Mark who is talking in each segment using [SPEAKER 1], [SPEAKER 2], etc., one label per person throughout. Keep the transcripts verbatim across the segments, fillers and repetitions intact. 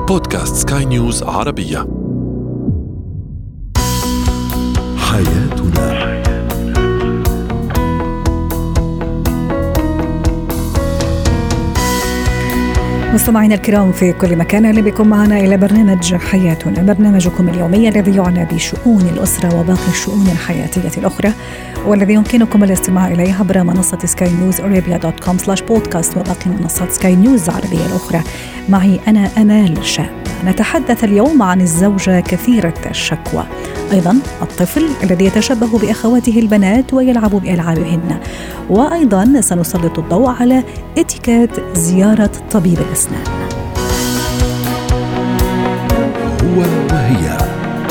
[SPEAKER 1] بودكاست سكاي نيوز عربية. حياتنا.
[SPEAKER 2] مستمعينا الكرام في كل مكان، أهلا بكم معنا إلى برنامج حياتنا، برنامجكم اليومي الذي يعنى بشؤون الأسرة وباقي الشؤون الحياتية الأخرى، والذي يمكنكم الاستماع إليه عبر منصة سكاي نيوز أرابيا دوت كوم سلاش بودكاست وباقي منصات سكاي نيوز العربية الأخرى. معي أنا أمال شاب. نتحدث اليوم عن الزوجة كثيرة الشكوى، أيضا الطفل الذي يتشبه بأخواته البنات ويلعب بألعابهن، وأيضا سنسلط الضوء على اتيكيت زيارة طبيب الأسنان.
[SPEAKER 1] هو وهي.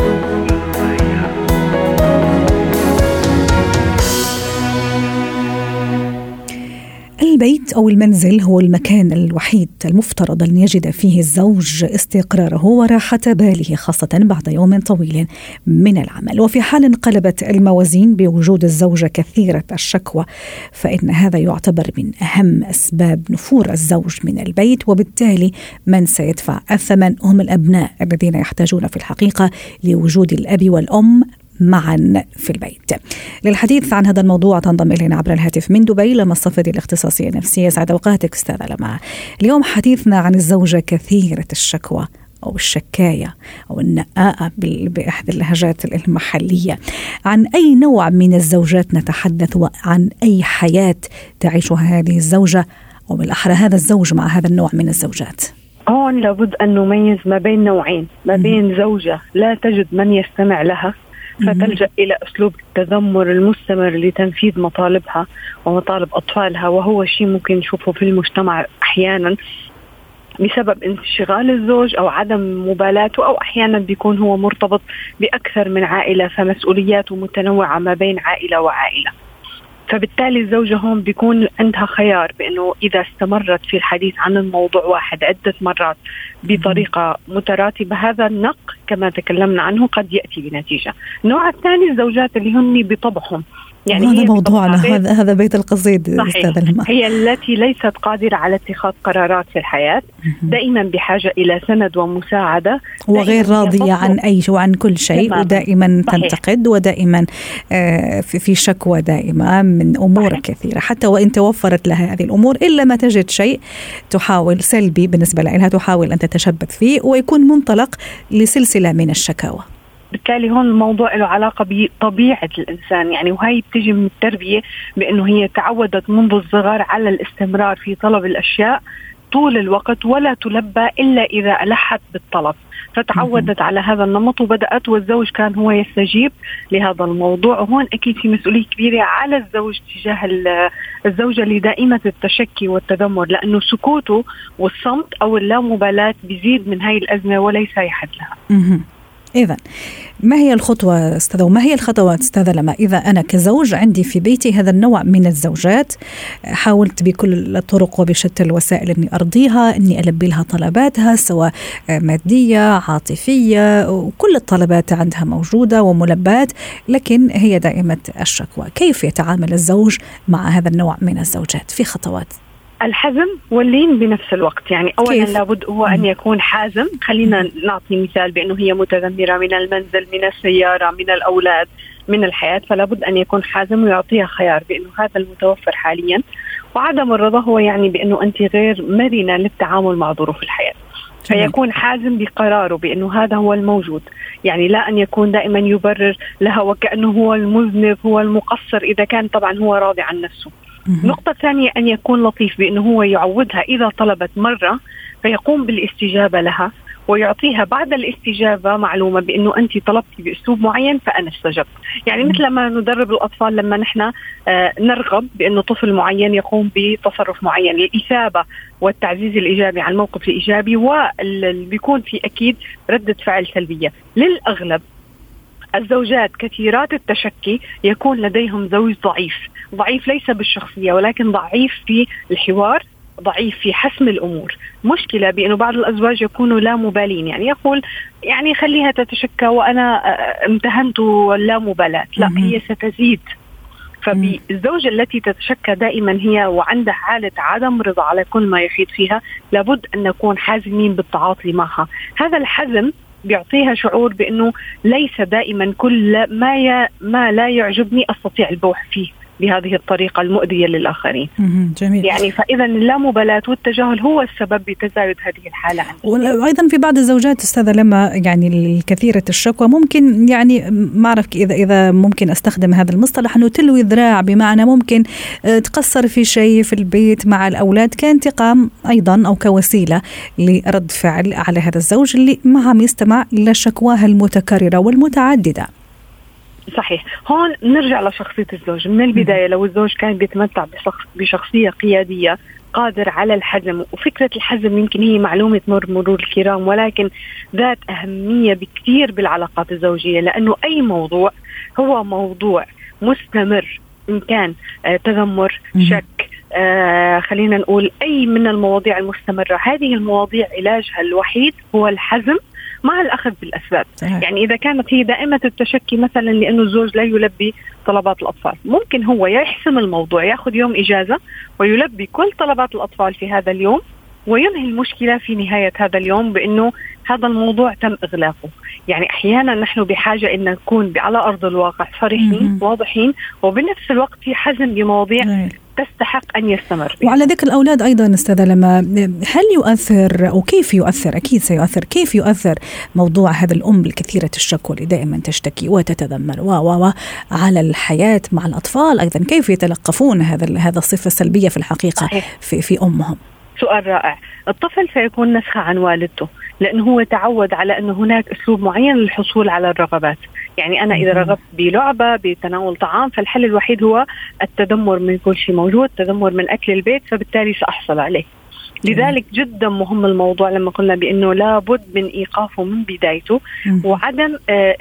[SPEAKER 2] البيت أو المنزل هو المكان الوحيد المفترض أن يجد فيه الزوج استقراره وراحة باله، خاصة بعد يوم طويل من العمل. وفي حال انقلبت الموازين بوجود الزوجة كثيرة الشكوى، فإن هذا يعتبر من أهم أسباب نفور الزوج من البيت، وبالتالي من سيدفع الثمن هم الأبناء الذين يحتاجون في الحقيقة لوجود الأب والأم معا في البيت. للحديث عن هذا الموضوع تنضم إلينا عبر الهاتف من دبي لما الصفدي الاختصاصية النفسية. سعد أوقاتك أستاذة لما. اليوم حديثنا عن الزوجة كثيرة الشكوى أو الشكاية أو النقاءة بأحد اللهجات المحلية. عن أي نوع من الزوجات نتحدث، وعن أي حياة تعيشها هذه الزوجة، أو بالأحرى هذا الزوج مع هذا النوع من الزوجات؟
[SPEAKER 3] هون لابد أن نميز ما بين نوعين، ما بين زوجة لا تجد من يستمع لها فتلجأ إلى أسلوب التذمر المستمر لتنفيذ مطالبها ومطالب أطفالها، وهو شيء ممكن نشوفه في المجتمع أحيانا بسبب انشغال الزوج أو عدم مبالاته، أو أحيانا بيكون هو مرتبط بأكثر من عائلة فمسؤولياته متنوعة ما بين عائلة وعائلة. فبالتالي الزوجة هون بيكون عندها خيار بأنه إذا استمرت في الحديث عن الموضوع واحد عدة مرات بطريقة متراتبة، هذا النق كما تكلمنا عنه قد يأتي بنتيجة. النوع الثاني الزوجات اللي هن بطبعهم، يعني
[SPEAKER 2] هذا موضوعنا، هذا هذا بيت القصيد أستاذ لما.
[SPEAKER 3] هي التي ليست قادرة على اتخاذ قرارات في الحياة، دائما بحاجة إلى سند ومساعدة،
[SPEAKER 2] وغير راضية عن أي شيء وعن كل شيء، تمام. ودائما صحيح. تنتقد، ودائما في شكوى دائما من أمور صحيح. كثيرة، حتى وإن توفرت لها هذه الأمور إلا ما تجد شيء تحاول سلبي بالنسبة لها تحاول أن تتشبث فيه، ويكون منطلق لسلسلة من الشكاوى.
[SPEAKER 3] بالتالي هون الموضوع له علاقة بطبيعة الإنسان، يعني وهي بتجي من التربية، بأنه هي تعودت منذ الصغر على الاستمرار في طلب الأشياء طول الوقت ولا تلبى إلا إذا ألحت بالطلب، فتعودت على هذا النمط وبدأت، والزوج كان هو يستجيب لهذا الموضوع. وهون أكيد في مسؤولية كبيرة على الزوج تجاه الزوجة اللي دائمة التشكي والتذمر، لأنه سكوته والصمت أو اللامبالاة بيزيد من هاي الأزمة وليس يحد لها.
[SPEAKER 2] إذن ما هي الخطوة أستاذة، وما هي الخطوات أستاذة لما إذا أنا كزوج عندي في بيتي هذا النوع من الزوجات، حاولت بكل الطرق وبشتى الوسائل أني أرضيها، أني ألبي لها طلباتها سواء مادية عاطفية، وكل الطلبات عندها موجودة وملبات، لكن هي دائمة الشكوى. كيف يتعامل الزوج مع هذا النوع من الزوجات في خطوات؟
[SPEAKER 3] الحزم واللين بنفس الوقت، يعني أولا
[SPEAKER 2] كيف؟
[SPEAKER 3] لابد هو أن يكون حازم. خلينا نعطي مثال بأنه هي متذمرة من المنزل، من السيارة، من الأولاد، من الحياة، فلابد أن يكون حازم ويعطيها خيار بأنه هذا المتوفر حاليا. وعدم الرضا هو يعني بأنه أنت غير مرنة للتعامل مع ظروف الحياة، فيكون حازم بقراره بأنه هذا هو الموجود، يعني لا أن يكون دائما يبرر لها وكأنه هو المذنب هو المقصر إذا كان طبعا هو راضي عن نفسه. نقطة ثانية أن يكون لطيف بأنه هو يعودها إذا طلبت مرة فيقوم بالاستجابة لها، ويعطيها بعد الاستجابة معلومة بأنه أنت طلبتي بأسلوب معين فأنا استجبت. يعني مثل ما ندرب الأطفال لما نحن آه نرغب بأنه طفل معين يقوم بتصرف معين، الإثابة والتعزيز الإيجابي على الموقف الإيجابي، وبيكون في أكيد ردة فعل سلبية. للأغلب الزوجات كثيرات التشكي يكون لديهم زوج ضعيف، ضعيف ليس بالشخصية ولكن ضعيف في الحوار، ضعيف في حسم الأمور. مشكلة بأنه بعض الأزواج يكونوا لا مبالين، يعني يقول يعني خليها تتشكى وأنا امتهنت لا مبالاة، لا هي ستزيد. فبالزوجة التي تتشكى دائما هي وعندها حالة عدم رضا على كل ما يحيط فيها، لابد أن نكون حازمين بالتعاطي معها. هذا الحزم بيعطيها شعور بأنه ليس دائما كل ما ي... ما لا يعجبني أستطيع البوح فيه بهذه الطريقة المؤذية للآخرين.
[SPEAKER 2] جميل.
[SPEAKER 3] يعني فإذا اللامبالاة والتجاهل هو السبب بتزايد هذه الحالة.
[SPEAKER 2] وأيضا في بعض الزوجات أستاذة لما يعني الكثيرة الشكوى ممكن يعني ما أعرف إذا إذا ممكن أستخدم هذا المصطلح إنه تلوي ذراع، بمعنى ممكن تقصر في شيء في البيت مع الأولاد كانتقام أيضا أو كوسيلة لرد فعل على هذا الزوج اللي ما عم يستمع لشكواها المتكررة والمتعددة.
[SPEAKER 3] صحيح. هون نرجع لشخصية الزوج من البداية. لو الزوج كان بيتمتع بشخصية قيادية قادر على الحزم، وفكرة الحزم يمكن هي معلومة مر مرور الكرام، ولكن ذات أهمية بكثير بالعلاقات الزوجية، لأنه أي موضوع هو موضوع مستمر، إن كان آه تذمر، شك، آه خلينا نقول أي من المواضيع المستمرة، هذه المواضيع علاجها الوحيد هو الحزم مع الأخذ بالأسباب. صحيح. يعني إذا كانت هي دائمة التشكي مثلا لأنه الزوج لا يلبي طلبات الأطفال، ممكن هو يحسم الموضوع، يأخذ يوم إجازة ويلبي كل طلبات الأطفال في هذا اليوم، وينهي المشكلة في نهاية هذا اليوم بأنه هذا الموضوع تم إغلاقه. يعني أحيانا نحن بحاجة أن نكون على أرض الواقع صريحين واضحين، وبنفس الوقت في حزم بمواضيع مم. تستحق أن يستمر بها.
[SPEAKER 2] وعلى ذكر الأولاد أيضا أستاذة لما، هل يؤثر أو كيف يؤثر، أكيد سيؤثر، كيف يؤثر موضوع هذا الأم الكثيرة الشكوى اللي دائما تشتكي وتتذمر و و على الحياة مع الأطفال أيضا؟ كيف يتلقفون هذا هذا الصفة السلبية في الحقيقة في في أمهم؟
[SPEAKER 3] سؤال رائع. الطفل سيكون نسخة عن والدته، لأنه هو تعود على أنه هناك أسلوب معين للحصول على الرغبات. يعني أنا إذا رغبت بلعبة، بتناول طعام، فالحل الوحيد هو التذمر من كل شيء موجود، التذمر من أكل البيت، فبالتالي سأحصل عليه. لذلك جدا مهم الموضوع لما قلنا بأنه لابد من إيقافه من بدايته، وعدم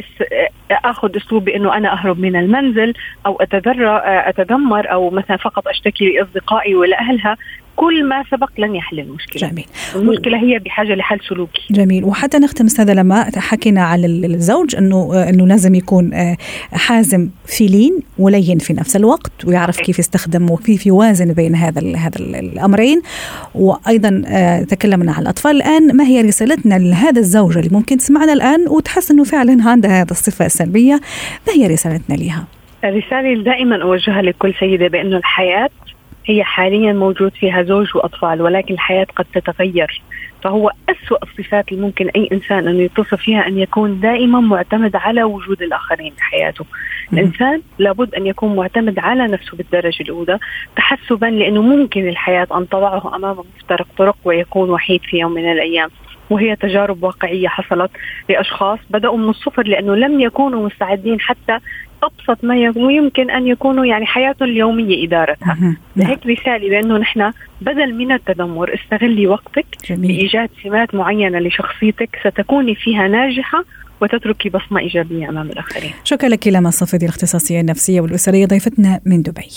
[SPEAKER 3] أخذ أسلوب بأنه أنا أهرب من المنزل أو أتذمر أو مثلا فقط أشتكي لأصدقائي ولا أهلها. كل ما سبق لن يحل المشكلة.
[SPEAKER 2] جميل.
[SPEAKER 3] المشكلة هي بحاجة لحل سلوكي.
[SPEAKER 2] جميل. وحتى نختم أستاذة لما، حكينا على الزوج أنه أنه لازم يكون حازم في لين ولين في نفس الوقت، ويعرف كيف يستخدم وكيف يوازن بين هذا هذا الأمرين. وأيضا تكلمنا على الأطفال. الآن ما هي رسالتنا لهذا الزوج اللي ممكن تسمعنا الآن وتحس أنه فعلا عندها هذا الصفة السلبية؟ ما هي رسالتنا لها؟
[SPEAKER 3] الرسالة دائما أوجهها لكل سيدة بأنه الحياة هي حاليا موجود فيها زوج وأطفال، ولكن الحياة قد تتغير. فهو أسوأ الصفات اللي ممكن أي إنسان أن يتصف فيها أن يكون دائما معتمد على وجود الآخرين في حياته. الإنسان لابد أن يكون معتمد على نفسه بالدرجة الأولى، تحسبا لأنه ممكن الحياة أن تضعه أمام مفترق طرق ويكون وحيد في يوم من الأيام. وهي تجارب واقعية حصلت لأشخاص بدأوا من الصفر لأنه لم يكونوا مستعدين حتى أبسط ما يمكن أن يكونوا يعني حياتهم اليومية إدارتها. لهيك رسالة بأنه نحن بدل من التذمر استغلي وقتك بإيجاد سمات معينة لشخصيتك ستكوني فيها ناجحة وتتركي بصمة إيجابية أمام الآخرين.
[SPEAKER 2] شكرا لك لما صفدي، الاختصاصية النفسية والأسرية، ضيفتنا من دبي.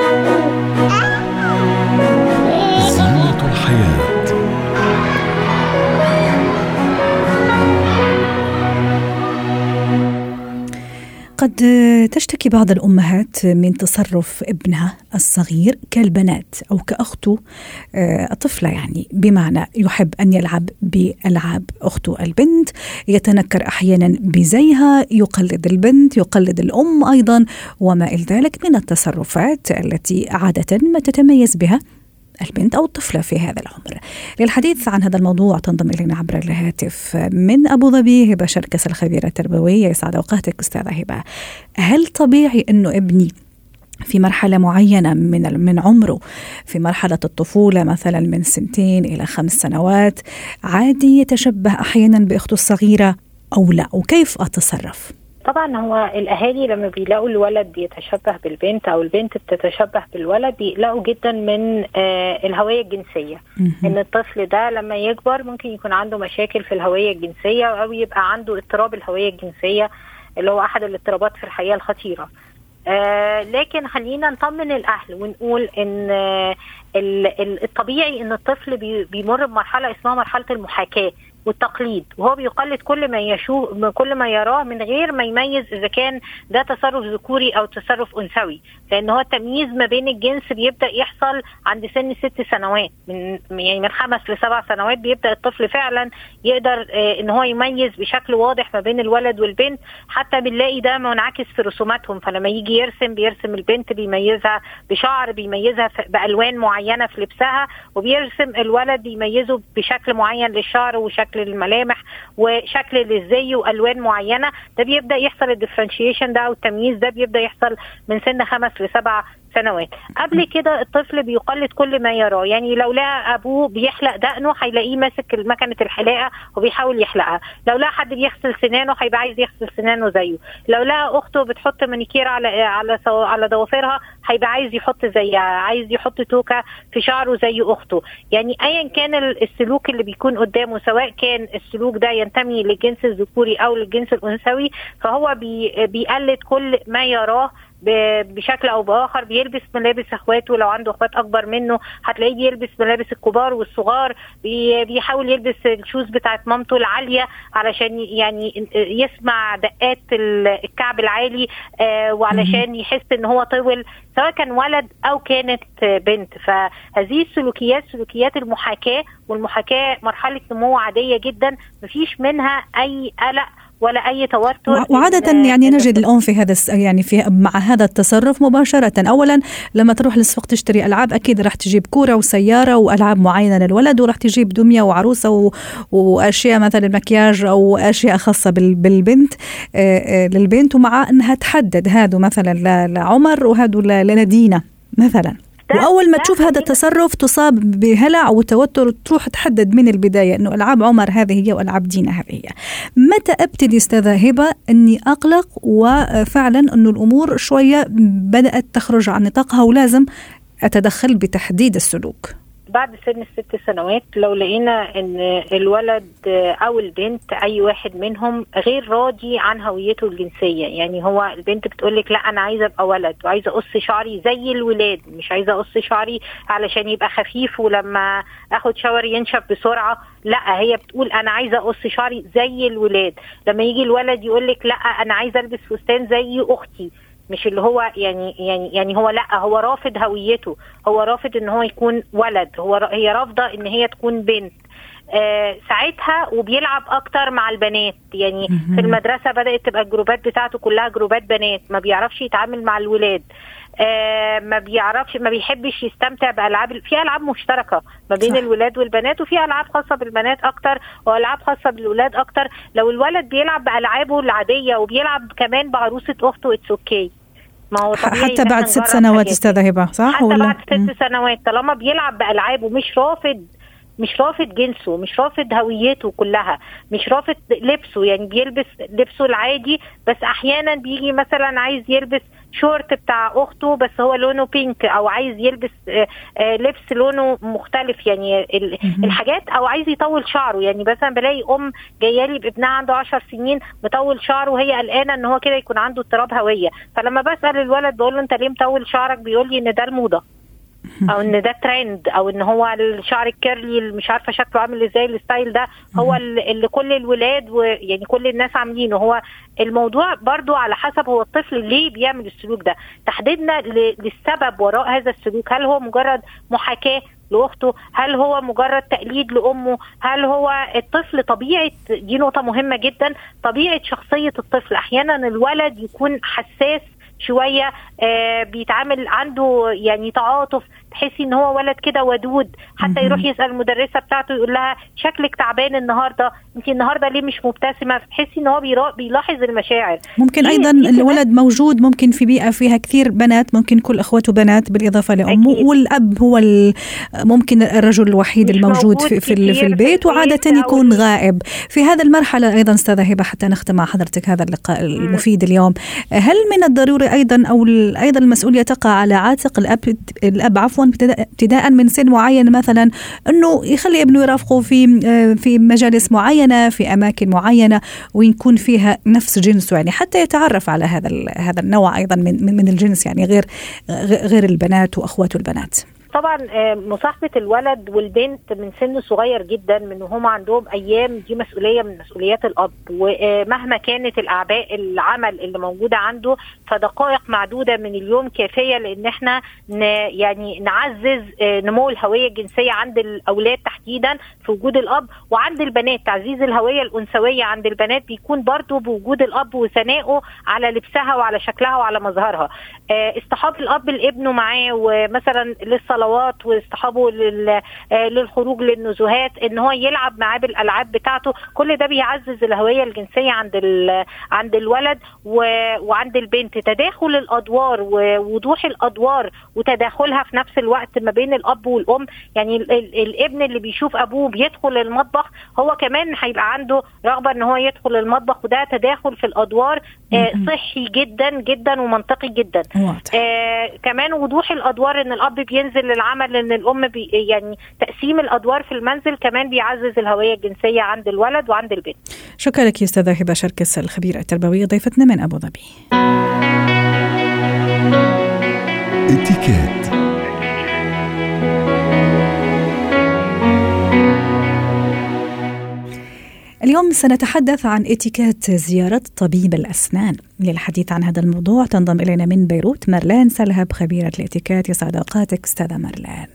[SPEAKER 1] زينة الحياة.
[SPEAKER 2] قد تشتكي بعض الأمهات من تصرف ابنها الصغير كالبنات أو كأخته الطفلة، يعني بمعنى يحب أن يلعب بألعاب أخته البنت، يتنكر أحيانا بزيها، يقلد البنت، يقلد الأم أيضا، وما إلى ذلك من التصرفات التي عادة ما تتميز بها البنت أو الطفلة في هذا العمر. للحديث عن هذا الموضوع تنضم إلينا عبر الهاتف من أبو ظبي هبة شركس الخبيرة التربوية. يسعد أوقاتك أستاذة هبة. هل طبيعي أنه ابني في مرحلة معينة من من عمره، في مرحلة الطفولة مثلا من سنتين إلى خمس سنوات، عادي يتشبه أحيانا بأخته الصغيرة أو لا؟ وكيف أتصرف؟
[SPEAKER 4] طبعا هو الأهالي لما بيلاقوا الولد بيتشبه بالبنت أو البنت بتتشبه بالولد بيلاقوا جدا من آه الهوية الجنسية. إن الطفل ده لما يكبر ممكن يكون عنده مشاكل في الهوية الجنسية أو يبقى عنده اضطراب الهوية الجنسية اللي هو أحد الاضطرابات في الحياة الخطيرة. آه لكن خلينا نطمن الأهل ونقول إن آه الطبيعي ان الطفل بيمر بمرحله اسمها مرحله المحاكاه والتقليد، وهو بيقلد كل ما يشوف كل ما يراه من غير ما يميز اذا كان ده تصرف ذكوري او تصرف انثوي، لان هو التمييز ما بين الجنس بيبدا يحصل عند سن ست سنوات، من يعني من خمس لسبع سنوات بيبدا الطفل فعلا يقدر اه ان هو يميز بشكل واضح ما بين الولد والبنت. حتى بنلاقي ده منعكس في رسوماتهم، فلما يجي يرسم بيرسم البنت بيميزها بشعر، بيميزها بالوان معينه في لبسها، وبيرسم الولد بيميزه بشكل معين للشعر وشكل الملامح وشكل للزي والوان معينه. ده بيبدا يحصل الديفرنشيشن ده او التمييز ده بيبدا يحصل من سن خمس لسبع سنوات. قبل كده الطفل بيقلد كل ما يراه، يعني لو لقى ابوه بيحلق دقنه هيلاقيه ماسك مكنه الحلاقه وبيحاول يحلقها، لو لقى حد بيغسل سنانه هيبقى عايز يغسل سنانه زيه، لو لقى اخته بتحط مانيكير على على على ضوافرها هيبقى عايز يحط زيها، عايز يحط توكه في شعره زي اخته. يعني ايا كان السلوك اللي بيكون قدامه، سواء كان السلوك ده ينتمي للجنس الذكوري او للجنس الانثوي، فهو بي بيقلد كل ما يراه بشكل او باخر. بيلبس ملابس اخواته، لو عنده اخوات اكبر منه هتلاقيه بيلبس ملابس الكبار والصغار، بيحاول يلبس الشوز بتاعت مامته العاليه علشان يعني يسمع دقات الكعب العالي، وعلشان يحس ان هو طول، سواء كان ولد او كانت بنت. فهذه السلوكيات سلوكيات المحاكاه، والمحاكاه مرحله نمو عاديه جدا، مفيش منها اي قلق ولا أي توتر.
[SPEAKER 2] وعادة يعني نجد الأم في هذا يعني في مع هذا التصرف مباشرة. أولا لما تروح للسوق تشتري ألعاب أكيد راح تجيب كورة وسيارة وألعاب معينة للولد، وراح تجيب دمية وعروسة و... وأشياء مثلا مكياج أو أشياء خاصة بال... بالبنت للبنت، ومع أنها تحدد هذا مثلا لعمر وهذا لندينا مثلا. وأول ما تشوف هذا التصرف تصاب بهلع وتوتر، تروح تحدد من البداية أنه ألعاب عمر هذه هي وألعاب دينا هذه هي. متى أبتدي أستاذة هبة أني أقلق وفعلا أنه الأمور شوية بدأت تخرج عن نطاقها ولازم أتدخل بتحديد السلوك؟
[SPEAKER 4] بعد سن الست سنوات لو لقينا ان الولد او البنت اي واحد منهم غير راضي عن هويته الجنسيه، يعني هو البنت بتقولك لا انا عايزه ابقى ولد وعايزه اقص شعري زي الولاد، مش عايزه اقص شعري علشان يبقى خفيف ولما اخد شاور ينشف بسرعه، لا هي بتقول انا عايزه اقص شعري زي الولاد. لما يجي الولد يقولك لا انا عايزه البس فستان زي اختي، مش اللي هو يعني يعني يعني هو لا هو رافض هويته، هو رافض ان هو يكون ولد، هو هي رافضه ان هي تكون بنت. آه ساعتها وبيلعب اكتر مع البنات، يعني في المدرسه بدات تبقى الجروبات بتاعته كلها جروبات بنات، ما بيعرفش يتعامل مع الولاد، آه ما بيعرفش ما بيحبش يستمتع بالعاب. في العاب مشتركه ما بين صح. الولاد والبنات، وفي العاب خاصه بالبنات اكتر والعاب خاصه بالولاد اكتر. لو الولد بيلعب بالعابه العاديه وبيلعب كمان بعروسه اخته اتس اوكي، ما هو طبيعي
[SPEAKER 2] حتى بعد ست سنوات استاذه هبه صح؟
[SPEAKER 4] حتى ولا؟ بعد ست م. سنوات طالما بيلعب بالعابه، مش رافض مش رافض جنسه، مش رافض هويته كلها، مش رافض لبسه، يعني بيلبس لبسه العادي، بس احيانا بيجي مثلا عايز يلبس شورت بتاع اخته بس هو لونه بينك، او عايز يلبس لبس لونه مختلف، يعني الحاجات، او عايز يطول شعره. يعني مثلا بلاقي ام جايه لي بابنها عنده عشر سنين مطول شعره وهي قلقانه ان هو كده يكون عنده اضطراب هويه، فلما بسال الولد بقول له انت ليه مطول شعرك، بيقول لي ان ده الموضه، او ان ده ترند، او ان هو الشعر الكيرلي اللي مش عارفه شكله عامل ازاي، الستايل ده هو اللي كل الولاد ويعني كل الناس عاملينه. هو الموضوع برضو على حسب هو الطفل ليه بيعمل السلوك ده، تحديدنا للسبب وراء هذا السلوك. هل هو مجرد محاكاه لاخته؟ هل هو مجرد تقليد لامه؟ هل هو الطفل طبيعه، دي نقطه مهمه جدا، طبيعه شخصيه الطفل. احيانا الولد يكون حساس شويه، آه بيتعامل عنده يعني تعاطف، تحسي ان هو ولد كده ودود، حتى يروح يسال المدرسه بتاعته يقول لها شكلك تعبان النهارده، انت النهارده ليه مش مبتسمه، تحسي ان هو بيلاحظ المشاعر.
[SPEAKER 2] ممكن ايضا الولد موجود ممكن في بيئه فيها كثير بنات، ممكن كل اخواته بنات بالاضافه لامه، أكيد. والاب هو ممكن الرجل الوحيد الموجود في, في, في البيت، وعاده يكون غائب. في هذا المرحله ايضا استاذه هبه، حتى نختم مع حضرتك هذا اللقاء المفيد اليوم، هل من الضروري ايضا او ايضا المسؤوليه تقع على عاتق الاب الاب عفوا ابتداء من سن معين، مثلا انه يخلي ابنه يرافقه في في مجالس معينه، في اماكن معينه ويكون فيها نفس جنسه، يعني حتى يتعرف على هذا هذا النوع ايضا من من الجنس، يعني غير غير البنات واخواته البنات.
[SPEAKER 4] طبعا مصاحبة الولد والبنت من سن صغير جدا، من هم عندهم أيام، دي مسؤولية من مسؤوليات الأب. ومهما كانت الأعباء العمل اللي موجودة عنده، فدقائق معدودة من اليوم كافية لأن احنا يعني نعزز نمو الهوية الجنسية عند الأولاد تحديدا في وجود الأب، وعند البنات تعزيز الهوية الأنثوية عند البنات بيكون برضو بوجود الأب وثنائه على لبسها وعلى شكلها وعلى مظهرها. اصطحاب الأب لابنه معاه، ومثلا للصلوات، واصطحابه للخروج للنزهات، ان هو يلعب معاه بالألعاب بتاعته، كل ده بيعزز الهوية الجنسية عند عند الولد وعند البنت. تداخل الأدوار ووضوح الأدوار وتداخلها في نفس الوقت ما بين الأب والأم، يعني الابن اللي بيشوف أبوه بيدخل المطبخ هو كمان هيبقى عنده رغبة ان هو يدخل المطبخ، وده تداخل في الأدوار آه صحي جدا جدا ومنطقي جدا. آه كمان وضوح الأدوار، ان الأب بينزل للعمل، ان الأم بي يعني تقسيم الأدوار في المنزل كمان بيعزز الهوية الجنسية عند الولد وعند البنت.
[SPEAKER 2] شكرا لك يا أستاذة هبة شركس، الخبيرة التربوية، ضيفتنا من أبو ظبي.
[SPEAKER 1] اتيكيت.
[SPEAKER 2] اليوم سنتحدث عن اتيكيت زيارة طبيب الأسنان. للحديث عن هذا الموضوع تنضم إلينا من بيروت مرلان سلهب، خبيرة الاتيكيت. يسعد أوقاتك أستاذة مرلان.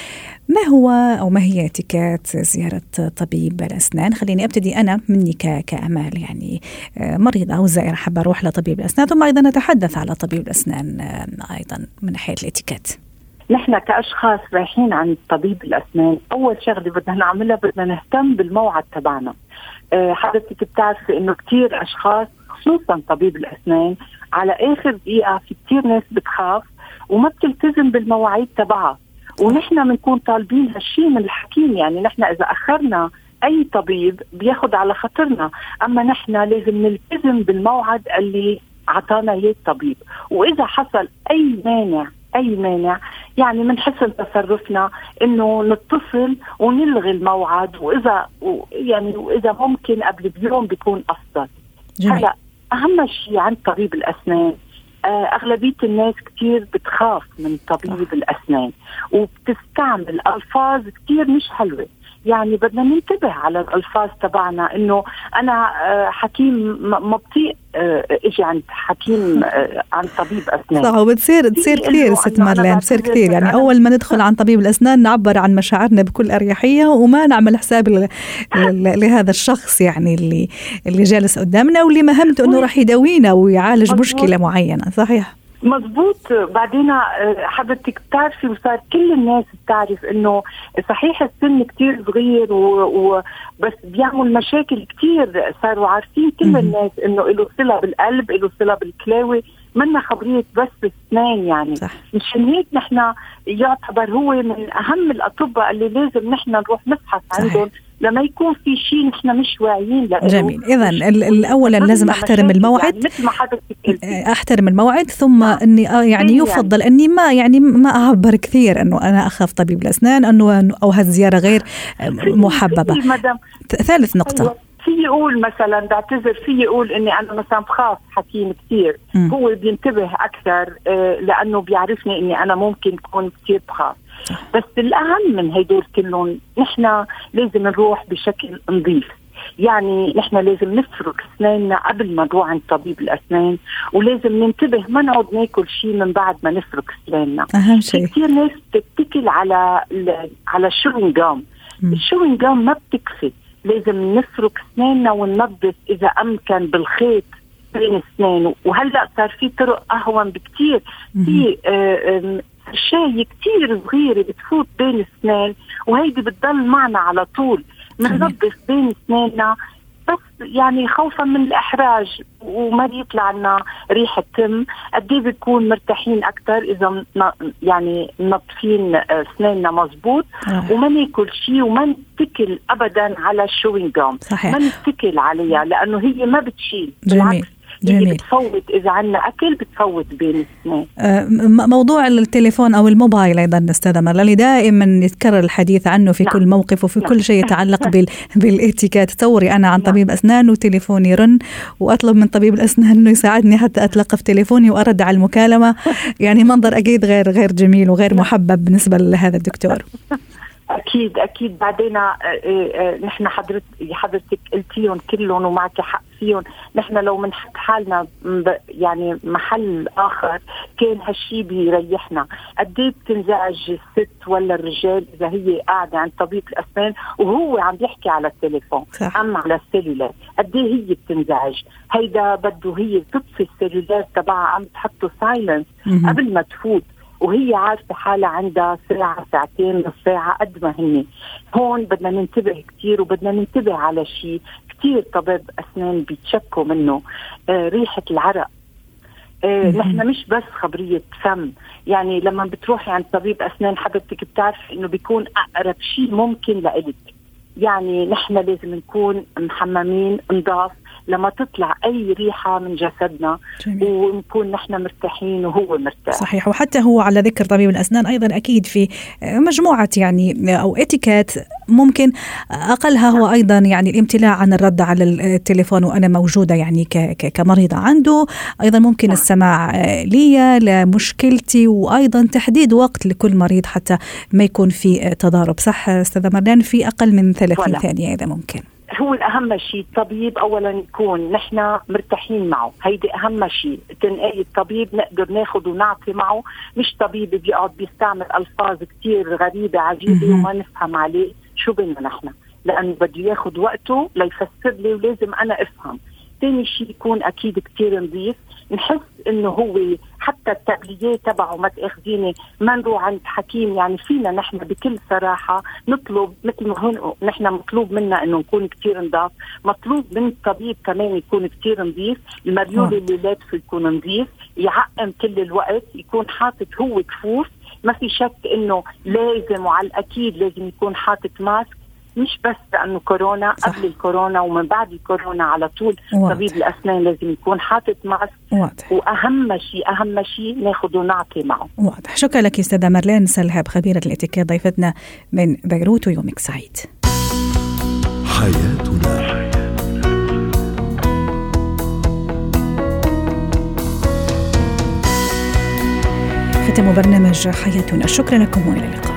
[SPEAKER 2] ما هو أو ما هي اتيكيت زيارة طبيب الأسنان؟ خليني أبتدي أنا مني كأمال، يعني مريضة أو زائرة حابة أروح لطبيب الأسنان، ثم أيضا نتحدث على طبيب الأسنان أيضا من ناحية الاتيكيت.
[SPEAKER 5] نحن كأشخاص رايحين عند طبيب الأسنان، أول شغلة بدنا نعملها بدنا نهتم بالموعد تبعنا. أه حضرتك بتعرفي إنه كتير أشخاص خصوصا طبيب الأسنان على آخر دقيقة، في كتير ناس بتخاف وما بتلتزم بالمواعيد تبعها، ونحن بنكون طالبين هالشيء من الحكيم. يعني نحن إذا أخرنا أي طبيب بياخد على خاطرنا، أما نحن لازم نلتزم بالموعد اللي عطانا إياه الطبيب. وإذا حصل أي مانع أي مانع يعني من حسن تصرفنا إنه نتصل ونلغي الموعد، وإذا يعني وإذا ممكن قبل بيوم بيكون أفضل. هلا أهم شيء عند طبيب الأسنان، أغلبية الناس كتير بتخاف من طبيب الأسنان وبتستعمل ألفاظ كتير مش حلوة. يعني بدنا ننتبه على الألفاظ تبعنا، إنه أنا حكيم مبطيء إجي عند حكيم عن طبيب أسنان.
[SPEAKER 2] صح، وبتصير تصير كثير ست مرلان، بتصير كثير. يعني أول ما ندخل عن طبيب الأسنان نعبر عن مشاعرنا بكل أريحية، وما نعمل حساب لهذا الشخص يعني اللي اللي جالس قدامنا واللي مهمته إنه راح يداوينا ويعالج مشكلة معينة. صحيح،
[SPEAKER 5] مزبوط. بعدين حضرتك بتعرفي وصار كل الناس بتعرف انه صحيح السن كتير صغير وبس بيعمل مشاكل كتير. صاروا عارفين كل الناس انه له صلة بالقلب، له صلة بالكلاوي، منا خبرية بس السنان. يعني مشان هيك نحن يعتبر هو من اهم الاطباء اللي لازم نحن نروح نفحص عندهم لما يكون في شيء نحن مش واعيين له.
[SPEAKER 2] جميل. إذن الأولا لازم أحترم الموعد، يعني مثل ما حضرتك أحترم الموعد، ثم آه. إني آه يعني يفضل يعني. إني ما يعني ما أعبر كثير إنه أنا أخاف طبيب الأسنان أنه أو هالزيارة غير محببة. ثالث نقطة، أيوة.
[SPEAKER 5] في يقول مثلا بعتذر، في يقول إني أنا مثلا بخاف حكيم كثير، هو بينتبه أكثر آه لأنه بيعرفني إني أنا ممكن أكون كثير بخاف. بس الأهم من هيدول كلهم نحن لازم نروح بشكل نظيف. يعني نحن لازم نفرك أسناننا قبل ما نروح عند طبيب الأسنان، ولازم ننتبه ما نقعد ناكل شيء من بعد ما نفرك أسناننا.
[SPEAKER 2] أهم شيء
[SPEAKER 5] كثير ناس بتتكل على على الشوينج جام. الشوينج جام ما بتكفي، لازم نفرك أسناننا وننظف إذا أمكن بالخيط بين أسنانه. وهلأ صار في طرق أهون بكتير، في آه شاي كتير صغيرة بتفوت بين السنان وهيدي بتضل معنا على طول. مننظف بين سناننا بس يعني خوفا من الإحراج وما يطلع لنا ريحة تم. قديه بيكون مرتاحين أكتر إذا يعني نطفين سناننا مزبوط وما ناكل شيء وما نتكل أبدا على الشوينج جام. ما نتكل عليها لأنه هي ما بتشيل.
[SPEAKER 2] جميل. جميل.
[SPEAKER 5] بتفوت إذا عنا أكل بتفوت بين الاثنين.
[SPEAKER 2] آه موضوع التليفون أو الموبايل أيضا أستاذة مرلي دائما يتكرر الحديث عنه في نعم. كل موقف وفي نعم. كل شيء يتعلق بال... بالإتيكيت. تصوري أنا عن طبيب نعم. أسنان وتليفوني يرن وأطلب من طبيب الأسنان أنه يساعدني حتى أتلقف تليفوني وأرد على المكالمة، يعني منظر أكيد غير غير جميل وغير محبب بالنسبة لهذا الدكتور.
[SPEAKER 5] أكيد أكيد. بعدين نحن حضرت حضرتك قلتيهم كلهم ومعك حق فيهم. نحن لو منحط حالنا يعني محل آخر كان هالشي بيريحنا. قديه بتنزعج الست ولا الرجال إذا هي قاعدة عند طبيب الأسنان وهو عم يحكي على التليفون أم على السيلولار؟ قديه هي بتنزعج؟ هيدا بده هي تطفي السيلولار تبعها، عم تحطه سايلنس قبل ما تفوت، وهي عارفة حالة عندها ساعة ساعتين نص ساعة قد ما هني. هون بدنا ننتبه كتير، وبدنا ننتبه على شيء كتير طبيب أسنان بيتشكوا منه، آه ريحة العرق. آه نحن مش بس خبرية فم، يعني لما بتروحي عند طبيب أسنان حضرتك بتعرف إنه بيكون أقرب شيء ممكن لإلك. يعني نحن لازم نكون محممين نضاف لما تطلع أي ريحة من جسدنا. جميل. ونكون نحن مرتاحين وهو مرتاح.
[SPEAKER 2] صحيح. وحتى هو على ذكر طبيب الأسنان أيضا أكيد في مجموعة يعني أو إتيكيت ممكن أقلها هو أيضا يعني الامتلاء عن الرد على التليفون وأنا موجودة يعني كمريضة عنده. أيضا ممكن نعم. السماع لي لمشكلتي، وأيضا تحديد وقت لكل مريض حتى ما يكون في تضارب. صح أستاذة مرلان؟ في أقل من ثلاثين ثانية إذا ممكن.
[SPEAKER 5] هو الأهم شيء الطبيب أولا يكون نحن مرتاحين معه، هيدي أهم شيء. تنقاي الطبيب نقدر ناخد ونعطي معه، مش طبيب بيقعد بيستعمل ألفاظ كتير غريبة عجيبة وما نفهم عليه شو بدنا نحن، لأنه بده ياخد وقته ليفسر لي ولازم أنا أفهم. تاني شيء يكون أكيد كتير نظيف، نحس إنه هو حتى التقليات تبعه ما تأخذيني ما نروح عند حكيم. يعني فينا نحن بكل صراحة نطلب مثل ما هون نحن مطلوب منا إنه نكون كتير نضاف، مطلوب من الطبيب كمان يكون كتير نظيف. المريول اللي لابسه يكون نظيف، يعقم كل الوقت، يكون حاطط هو كفوف. ما في شك إنه لازم وعلى الأكيد لازم يكون حاطط ماسك، مش بس لأنه كورونا، صح. قبل الكورونا ومن بعد الكورونا على طول واضح. طبيب الأسنان لازم يكون حاطط ماسك. واضح. وأهم شيء أهم شيء ناخذ ونعطي معه.
[SPEAKER 2] واضح. شكرا لك أستاذة مرلان سلهب خبيرة الإتيكيت ضيفتنا من بيروت، ويومك سعيد.
[SPEAKER 1] حياتنا.
[SPEAKER 2] ختم برنامج حياتنا. شكرا لكم وإلى اللقاء.